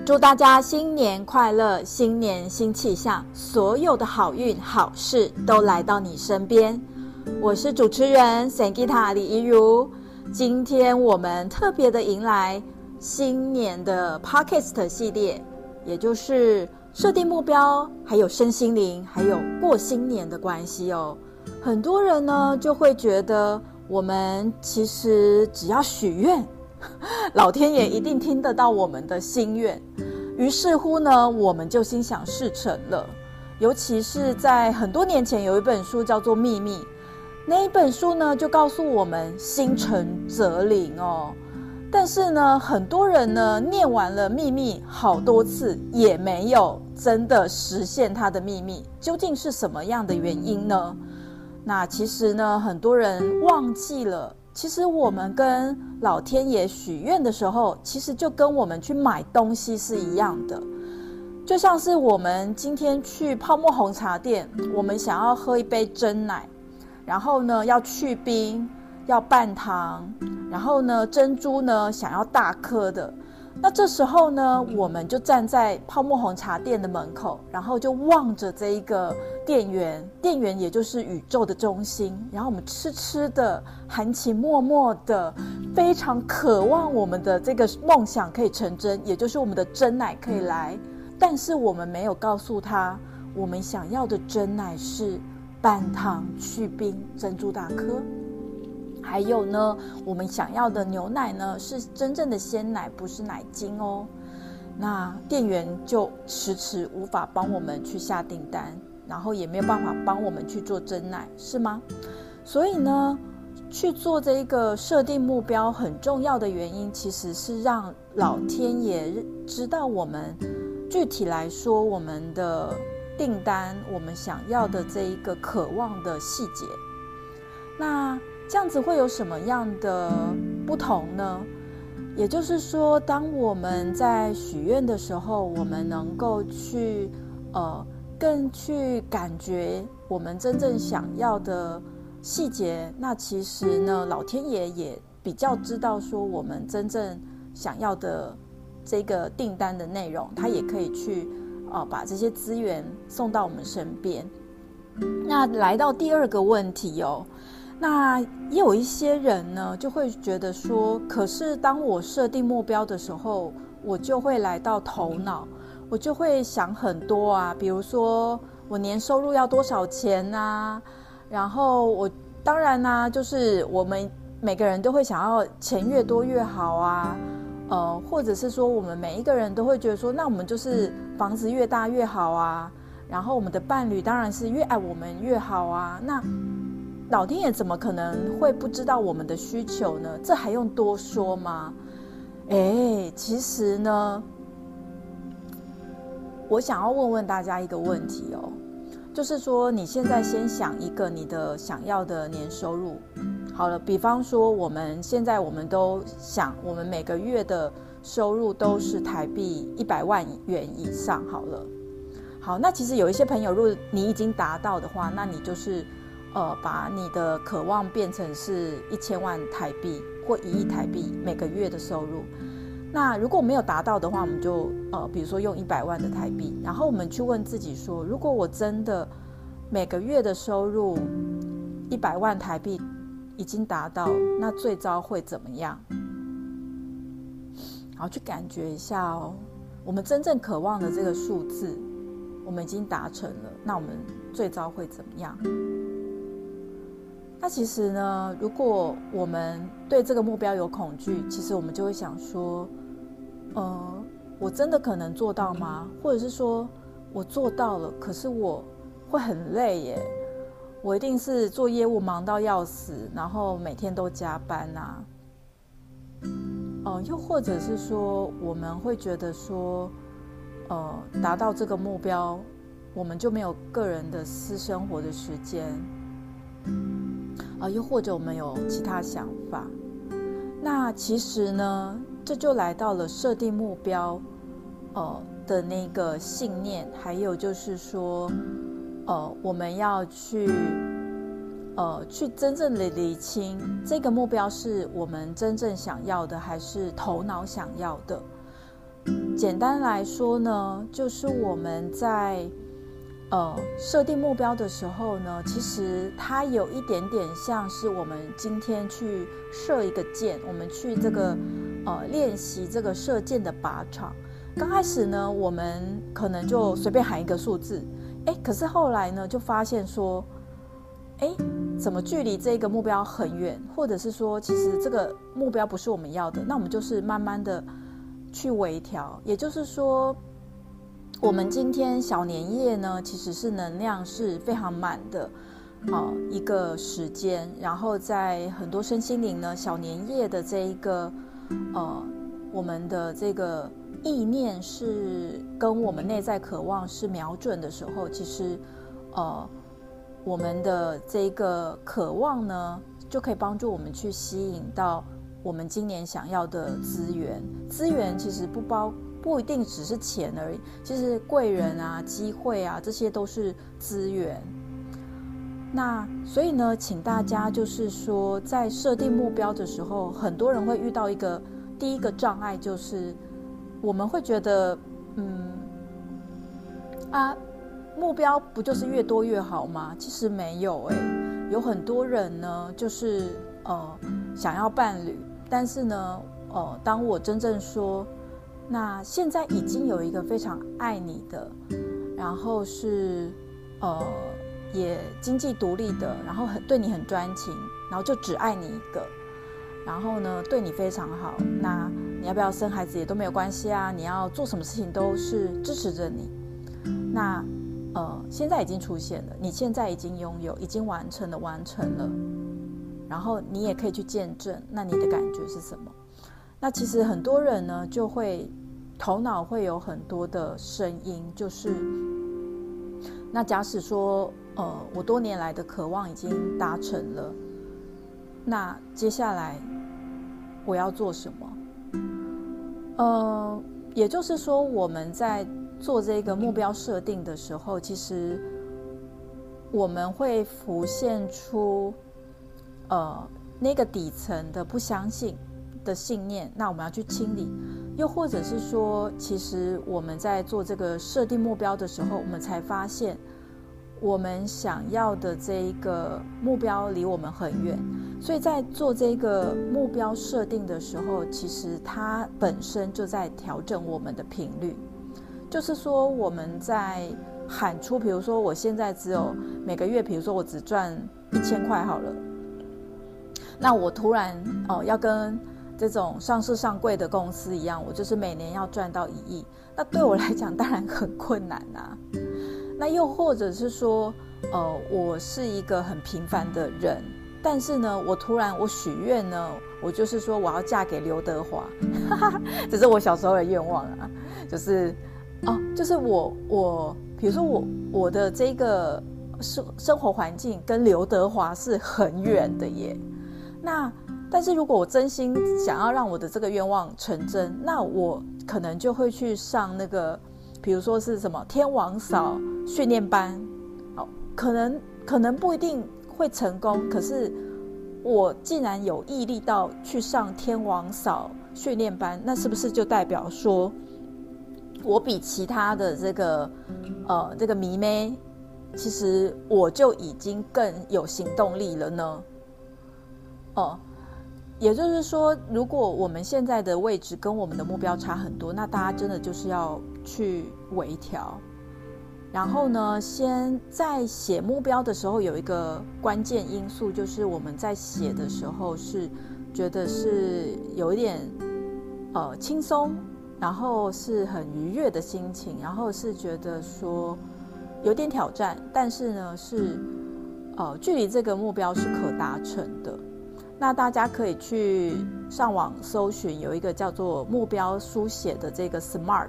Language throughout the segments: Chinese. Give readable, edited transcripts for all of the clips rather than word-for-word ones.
祝大家新年快乐，新年新气象，所有的好运好事都来到你身边。我是主持人 Sangita 李怡如，今天我们特别的迎来新年的 Podcast 系列，也就是设定目标，还有身心灵，还有过新年的关系哦。很多人呢就会觉得，我们其实只要许愿，老天爷一定听得到我们的心愿。于是乎呢，我们就心想事成了。尤其是在很多年前有一本书叫做《秘密》，那一本书呢就告诉我们心诚则灵哦。但是呢，很多人呢念完了《秘密》好多次，也没有真的实现他的秘密。究竟是什么样的原因呢？那其实呢，很多人忘记了，其实我们跟老天爷许愿的时候，其实就跟我们去买东西是一样的。就像是我们今天去泡沫红茶店，我们想要喝一杯珍奶，然后呢要去冰，要半糖，然后呢珍珠呢想要大颗的。那这时候呢，我们就站在泡沫红茶店的门口，然后就望着这一个店员，店员也就是宇宙的中心，然后我们痴的含情脉脉的，非常渴望我们的这个梦想可以成真，也就是我们的珍奶可以来。但是我们没有告诉他，我们想要的珍奶是半糖去冰珍珠大颗。还有呢，我们想要的牛奶呢是真正的鲜奶，不是奶精哦。那店员就迟无法帮我们去下订单，然后也没有办法帮我们去做珍奶，是吗？所以呢，去做这一个设定目标很重要的原因，其实是让老天爷知道我们具体来说我们的订单，我们想要的这一个渴望的细节。那这样子会有什么样的不同呢？也就是说，当我们在许愿的时候，我们能够去更去感觉我们真正想要的细节。那其实呢，老天爷也比较知道说我们真正想要的这个订单的内容，他也可以去把这些资源送到我们身边。那来到第二个问题哦。那也有一些人呢，就会觉得说，可是当我设定目标的时候，我就会来到头脑，我就会想很多啊，比如说我年收入要多少钱啊，然后我当然啊，就是我们每个人都会想要钱越多越好啊，或者是说我们每一个人都会觉得说，那我们就是房子越大越好啊，然后我们的伴侣当然是越爱我们越好啊，那老天爷怎么可能会不知道我们的需求呢？这还用多说吗？其实呢，我想要问大家一个问题哦，就是说你现在先想一个你的想要的年收入，好了，比方说我们都想我们每个月的收入都是台币100万元以上好了。好，那其实有一些朋友，如果你已经达到的话，那你就是把你的渴望变成是1000万台币或1亿台币每个月的收入。那如果没有达到的话，我们就比如说用100万的台币，然后我们去问自己说，如果我真的每个月的收入100万台币已经达到，那最糟会怎么样？好，去感觉一下哦，我们真正渴望的这个数字，我们已经达成了，那我们最糟会怎么样？那其实呢，如果我们对这个目标有恐惧，其实我们就会想说，我真的可能做到吗？或者是说我做到了，可是我会很累耶，我一定是做业务忙到要死，然后每天都加班啊。又或者是说，我们会觉得说，达到这个目标，我们就没有个人的私生活的时间。又或者我们有其他想法。那其实呢，这就来到了设定目标的那个信念，还有就是说我们要去真正的理清这个目标是我们真正想要的，还是头脑想要的。 简单来说呢，就是我们在设定目标的时候呢，其实它有一点点像是我们今天去射一个箭，我们去这个练习这个射箭的靶场。刚开始呢，我们可能就随便喊一个数字，可是后来呢，就发现说，怎么距离这个目标很远，或者是说，其实这个目标不是我们要的，那我们就是慢慢的去微调。也就是说，我们今天小年夜呢，其实是能量是非常满的一个时间，然后在很多身心灵呢，小年夜的这一个我们的这个意念是跟我们内在渴望是瞄准的时候，其实我们的这个渴望呢，就可以帮助我们去吸引到我们今年想要的资源。资源其实不一定只是钱而已，其实贵人啊、机会啊，这些都是资源。那所以呢，请大家就是说，在设定目标的时候，很多人会遇到第一个障碍，就是我们会觉得，目标不就是越多越好吗？其实没有有很多人呢，就是想要伴侣，但是呢，当我真正说，那现在已经有一个非常爱你的，然后是也经济独立的，然后对你很专情，然后就只爱你一个，然后呢对你非常好，那你要不要生孩子也都没有关系啊，你要做什么事情都是支持着你。那现在已经出现了，你现在已经拥有，已经完成了，然后你也可以去见证，那你的感觉是什么？那其实很多人呢，就会头脑会有很多的声音，就是那假使说我多年来的渴望已经达成了，那接下来我要做什么？也就是说，我们在做这个目标设定的时候，其实我们会浮现出那个底层的不相信的信念，那我们要去清理。又或者是说，其实我们在做这个设定目标的时候，我们才发现我们想要的这一个目标离我们很远。所以在做这个目标设定的时候，其实它本身就在调整我们的频率。就是说我们在喊出，比如说我现在只有每个月，比如说我只赚1000块好了，那我突然要跟这种上市上柜的公司一样，我就是每年要赚到1亿，那对我来讲当然很困难啊。那又或者是说我是一个很平凡的人，但是呢我许愿呢，我就是说我要嫁给刘德华这是我小时候的愿望啊，就是我比如说我的这个生活环境跟刘德华是很远的耶。那但是如果我真心想要让我的这个愿望成真，那我可能就会去上那个比如说是什么天王嫂训练班，可能不一定会成功，可是我既然有毅力到去上天王嫂训练班，那是不是就代表说我比其他的这个迷妹，其实我就已经更有行动力了呢？也就是说，如果我们现在的位置跟我们的目标差很多，那大家真的就是要去微调。然后呢，先在写目标的时候有一个关键因素，就是我们在写的时候是觉得是有一点轻松，然后是很愉悦的心情，然后是觉得说有点挑战，但是呢是距离这个目标是可达成的。那大家可以去上网搜寻，有一个叫做目标书写的这个 SMART，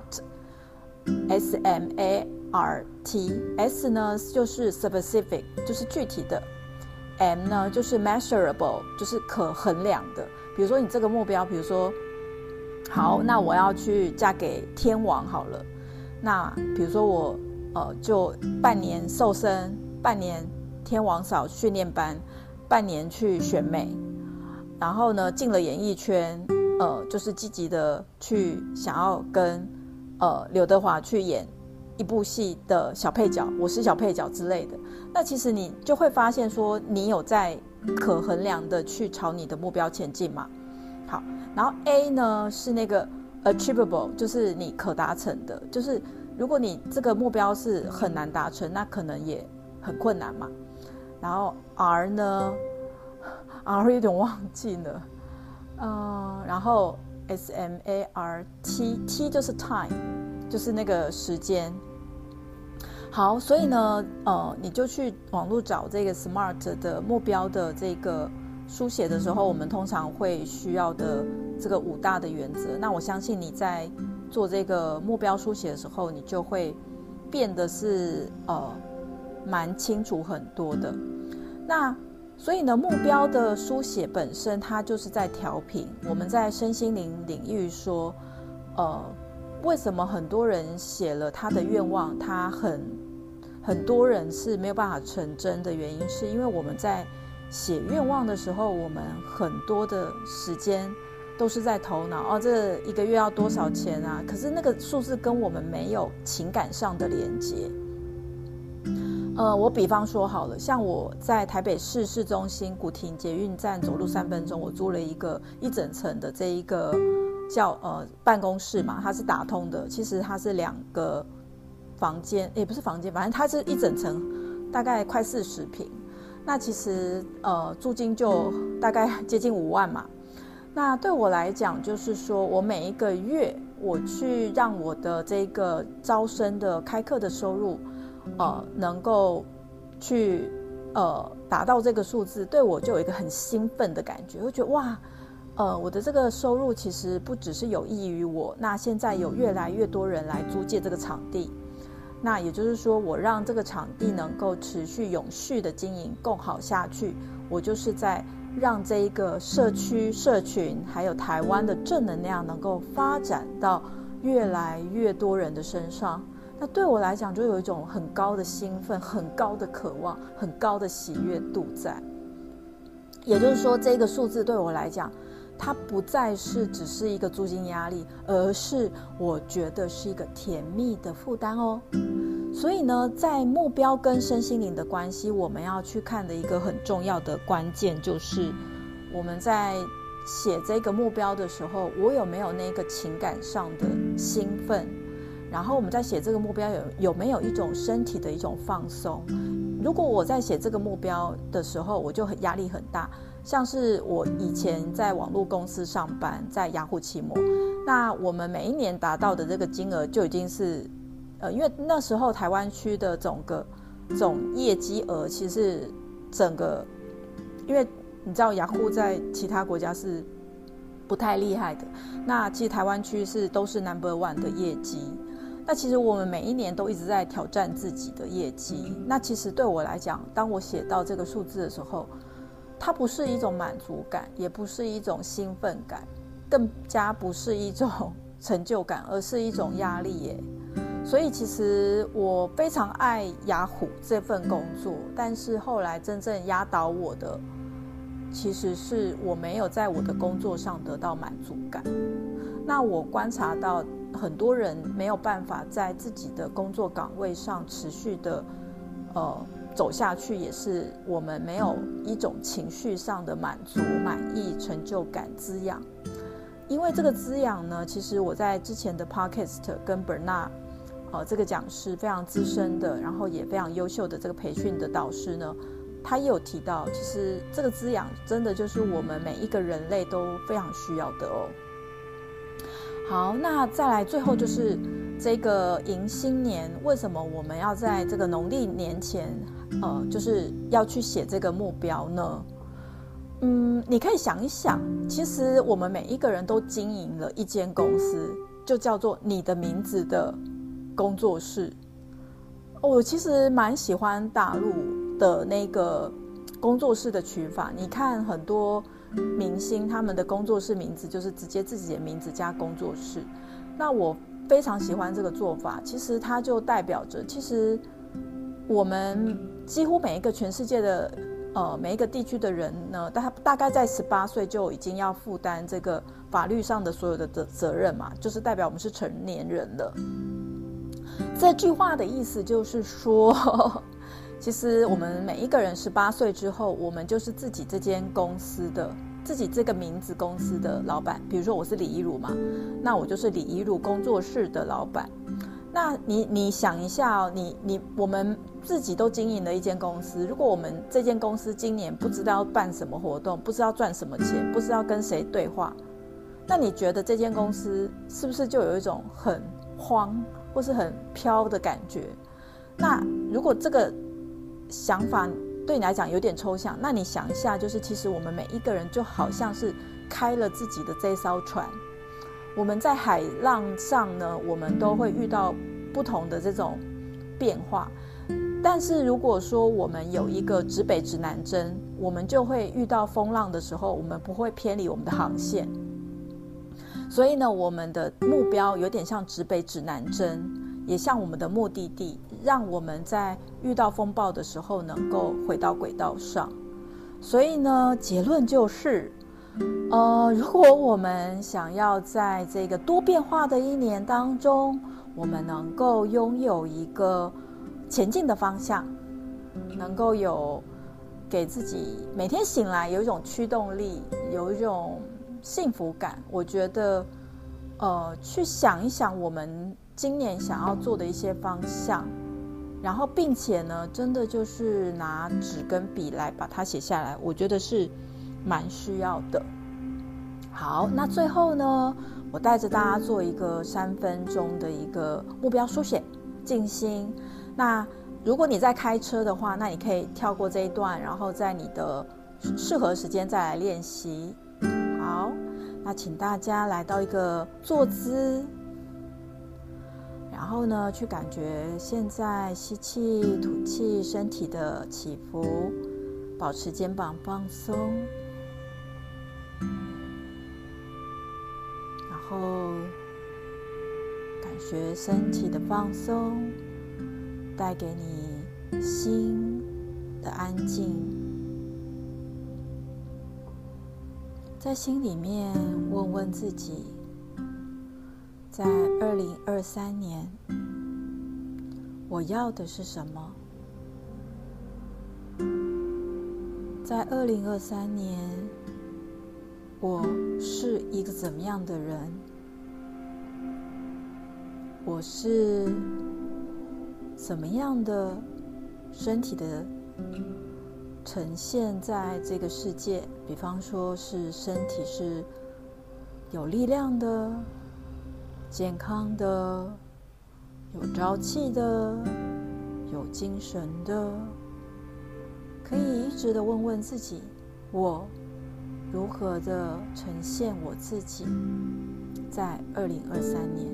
S 呢就是 specific， 就是具体的， M 呢就是 measurable， 就是可衡量的。比如说你这个目标，比如说好，那我要去嫁给天王好了，那比如说我就半年瘦身，半年天王嫂训练班，半年去选美，然后呢进了演艺圈， 就是积极的去想要跟刘德华去演一部戏的小配角，我是小配角之类的。那其实你就会发现说，你有在可衡量的去朝你的目标前进嘛。好，然后 A 呢是那个 achievable， 就是你可达成的，就是如果你这个目标是很难达成，那可能也很困难嘛。然后 R 呢 ，R 有点忘记了，然后 SMART，T 就是 time， 就是那个时间。好，所以呢，你就去网络找这个 SMART 的目标的这个书写的时候，我们通常会需要的这个5大的原则。那我相信你在做这个目标书写的时候，你就会变得是蛮清楚很多的。那所以呢，目标的书写本身它就是在调频。我们在身心灵领域说，为什么很多人写了他的愿望，他很多人是没有办法成真的原因，是因为我们在写愿望的时候，我们很多的时间都是在头脑，这一个月要多少钱啊？可是那个数字跟我们没有情感上的连接。我比方说好了，像我在台北市市中心古亭捷运站走路3分钟，我租了一整层的这一个叫办公室嘛，它是打通的，其实它是2个房间，也不是房间，反正它是一整层，大概快40坪。那其实租金就大概接近5万嘛。那对我来讲，就是说我每一个月我去让我的这个招生的开课的收入能够去达到这个数字，对我就有一个很兴奋的感觉，会觉得哇，我的这个收入其实不只是有益于我，那现在有越来越多人来租借这个场地，那也就是说我让这个场地能够持续永续的经营共好下去，我就是在让这一个社区社群还有台湾的正能量能够发展到越来越多人的身上。那对我来讲就有一种很高的兴奋，很高的渴望，很高的喜悦度在。也就是说这个数字对我来讲，它不再是只是一个租金压力，而是我觉得是一个甜蜜的负担哦。所以呢，在目标跟身心灵的关系，我们要去看的一个很重要的关键，就是我们在写这个目标的时候，我有没有那个情感上的兴奋，然后我们在写这个目标有没有一种身体的一种放松。如果我在写这个目标的时候，我就压力很大，像是我以前在网络公司上班，在雅虎奇摩，那我们每一年达到的这个金额就已经是因为那时候台湾区的总业绩额其实整个，因为你知道雅虎在其他国家是不太厉害的，那其实台湾区都是 No.1 的业绩。那其实我们每一年都一直在挑战自己的业绩。那其实对我来讲，当我写到这个数字的时候，它不是一种满足感，也不是一种兴奋感，更加不是一种成就感，而是一种压力耶。所以其实我非常爱雅虎这份工作，但是后来真正压倒我的，其实是我没有在我的工作上得到满足感。那我观察到很多人没有办法在自己的工作岗位上持续的走下去，也是我们没有一种情绪上的满足、满意、成就感滋养。因为这个滋养呢，其实我在之前的 podcast 跟 Bernard这个讲师非常资深的，然后也非常优秀的这个培训的导师呢，他也有提到，其实这个滋养真的就是我们每一个人类都非常需要的哦。好，那再来最后就是这个迎新年，为什么我们要在这个农历年前就是要去写这个目标呢？你可以想一想，其实我们每一个人都经营了一间公司，就叫做你的名字的工作室。我其实蛮喜欢大陆的那个工作室的取法，你看很多明星他们的工作室名字就是直接自己的名字加工作室，那我非常喜欢这个做法。其实它就代表着，其实我们几乎每一个全世界的每一个地区的人呢，大概在18岁就已经要负担这个法律上的所有的责任嘛，就是代表我们是成年人了。这句话的意思就是说，其实我们每一个人18岁之后，我们就是自己这间公司的，自己这个名字公司的老板。比如说我是李怡如嘛，那我就是李怡如工作室的老板。那你想一下哦，我们自己都经营了一间公司，如果我们这间公司今年不知道要办什么活动，不知道赚什么钱，不知道跟谁对话，那你觉得这间公司是不是就有一种很慌或是很飘的感觉？那如果这个想法对你来讲有点抽象，那你想一下，就是其实我们每一个人就好像是开了自己的这艘船，我们在海浪上呢，我们都会遇到不同的这种变化。但是如果说我们有一个指北指南针，我们就会遇到风浪的时候，我们不会偏离我们的航线。所以呢，我们的目标有点像指北指南针，也像我们的目的地，让我们在遇到风暴的时候能够回到轨道上。所以呢，结论就是如果我们想要在这个多变化的一年当中，我们能够拥有一个前进的方向，能够有给自己每天醒来有一种驱动力，有一种幸福感，我觉得去想一想我们今年想要做的一些方向，然后并且呢，真的就是拿纸跟笔来把它写下来，我觉得是蛮需要的。好，那最后呢，我带着大家做一个3分钟的一个目标书写静心。那如果你在开车的话，那你可以跳过这一段，然后在你的适合时间再来练习。好，那请大家来到一个坐姿，然后呢，去感觉现在吸气、吐气，身体的起伏，保持肩膀放松。然后感觉身体的放松带给你心的安静，在心里面问问自己，在2023年我要的是什么？在2023年我是一个怎么样的人？我是怎么样的身体的呈现在这个世界？比方说是身体是有力量的、健康的、有朝气的、有精神的，可以一直的问问自己，我如何的呈现我自己在2023年？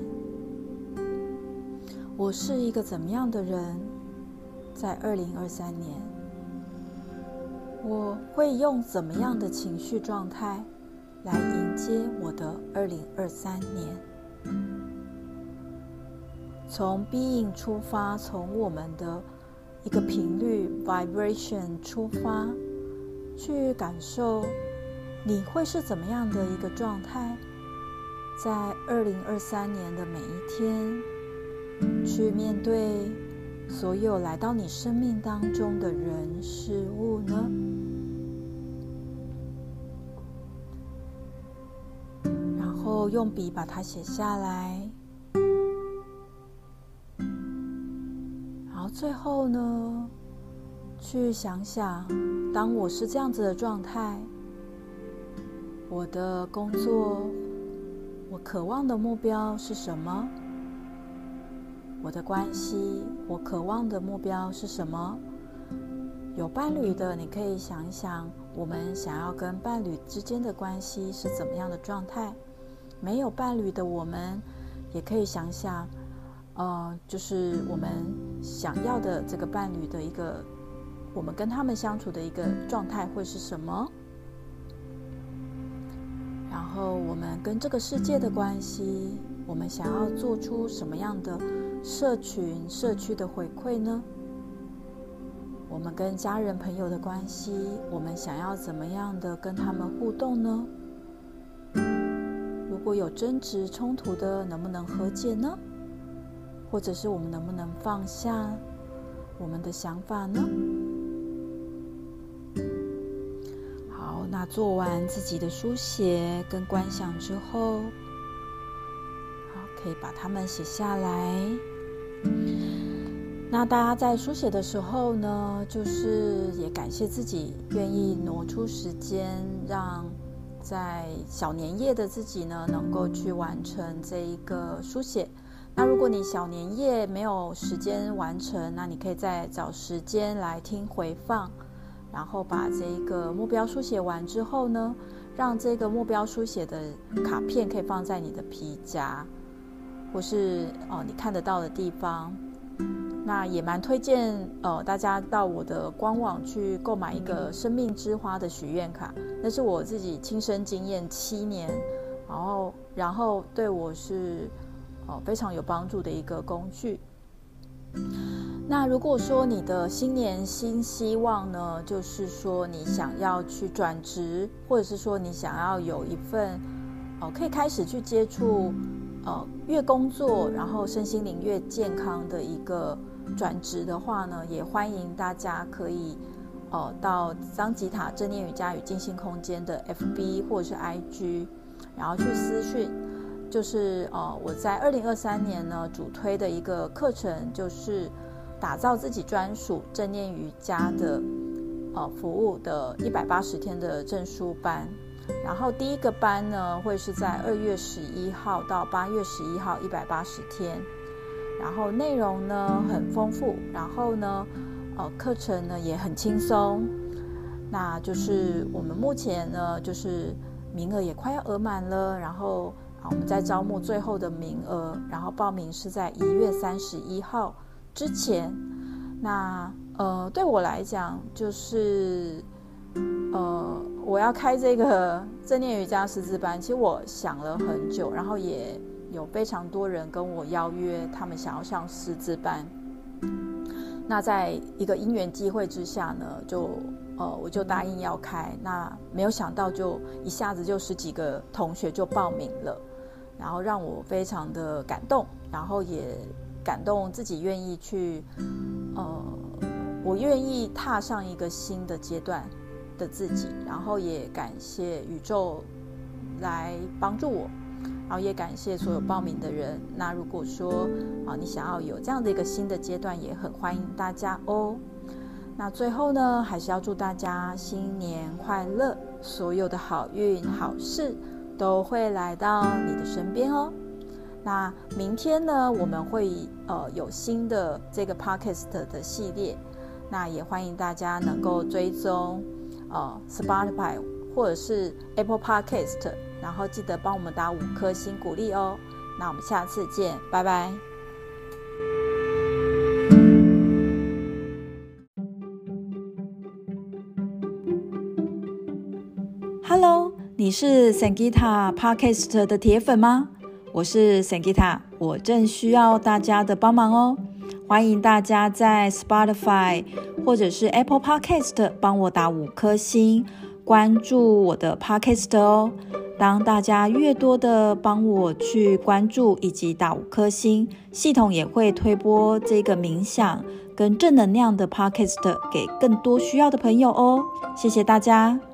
我是一个怎么样的人在2023年？我会用怎么样的情绪状态来迎接我的2023年？从 being 出发，从我们的一个频率 vibration 出发，去感受你会是怎么样的一个状态，在2023年的每一天，去面对所有来到你生命当中的人事物呢？然后用笔把它写下来，然后最后呢，去想想，当我是这样子的状态，我的工作，我渴望的目标是什么？我的关系，我渴望的目标是什么？有伴侣的，你可以想一想，我们想要跟伴侣之间的关系是怎么样的状态？没有伴侣的我们，也可以想想，就是我们想要的这个伴侣的一个，我们跟他们相处的一个状态会是什么？然后我们跟这个世界的关系，我们想要做出什么样的社区的回馈呢？ 我们跟家人朋友的关系，我们想要怎么样的跟他们互动呢？如果有争执冲突的，能不能和解呢？或者是我们能不能放下我们的想法呢？好，那做完自己的书写跟观想之后，好，可以把它们写下来。那大家在书写的时候呢，就是也感谢自己愿意挪出时间，让在小年夜的自己呢，能够去完成这一个书写。那如果你小年夜没有时间完成，那你可以再找时间来听回放，然后把这一个目标书写完之后呢，让这个目标书写的卡片可以放在你的皮夹，或是你看得到的地方。那也蛮推荐大家到我的官网去购买一个生命之花的许愿卡，那是我自己亲身经验7年，然后对我是非常有帮助的一个工具。那如果说你的新年新希望呢，就是说你想要去转职，或者是说你想要有一份可以开始去接触越工作然后身心灵越健康的一个转职的话呢，也欢迎大家可以到桑吉塔正念瑜伽与静心空间的 FB 或者是 IG， 然后去私讯，就是我在2023年呢主推的一个课程，就是打造自己专属正念瑜伽的服务的180天的证书班。然后第一个班呢会是在2月11号到8月11号180天，然后内容呢很丰富，然后呢课程呢也很轻松。那就是我们目前呢就是名额也快要额满了，然后我们在招募最后的名额，然后报名是在1月31号之前。那对我来讲就是我要开这个正念瑜伽师资班，其实我想了很久，然后也有非常多人跟我邀约他们想要上师资班。那在一个因缘机会之下呢，我就答应要开。那没有想到就一下子就10几个同学就报名了，然后让我非常的感动，然后也感动自己愿意去我愿意踏上一个新的阶段的自己，然后也感谢宇宙来帮助我，然后也感谢所有报名的人。那如果说你想要有这样的一个新的阶段，也很欢迎大家哦。那最后呢，还是要祝大家新年快乐，所有的好运好事都会来到你的身边哦。那明天呢，我们会有新的这个 podcast 的系列，那也欢迎大家能够追踪Spotify 或者是 Apple Podcast， 然后记得帮我们打5颗星鼓励哦。那我们下次见，拜拜。Hello， 你是 Sangita Podcast 的铁粉吗？我是 Sangita， 我正需要大家的帮忙哦。欢迎大家在 Spotify 或者是 Apple Podcast 帮我打5颗星，关注我的 Podcast 哦。当大家越多的帮我去关注以及打5颗星，系统也会推播这个冥想跟正能量的 Podcast 给更多需要的朋友哦。谢谢大家。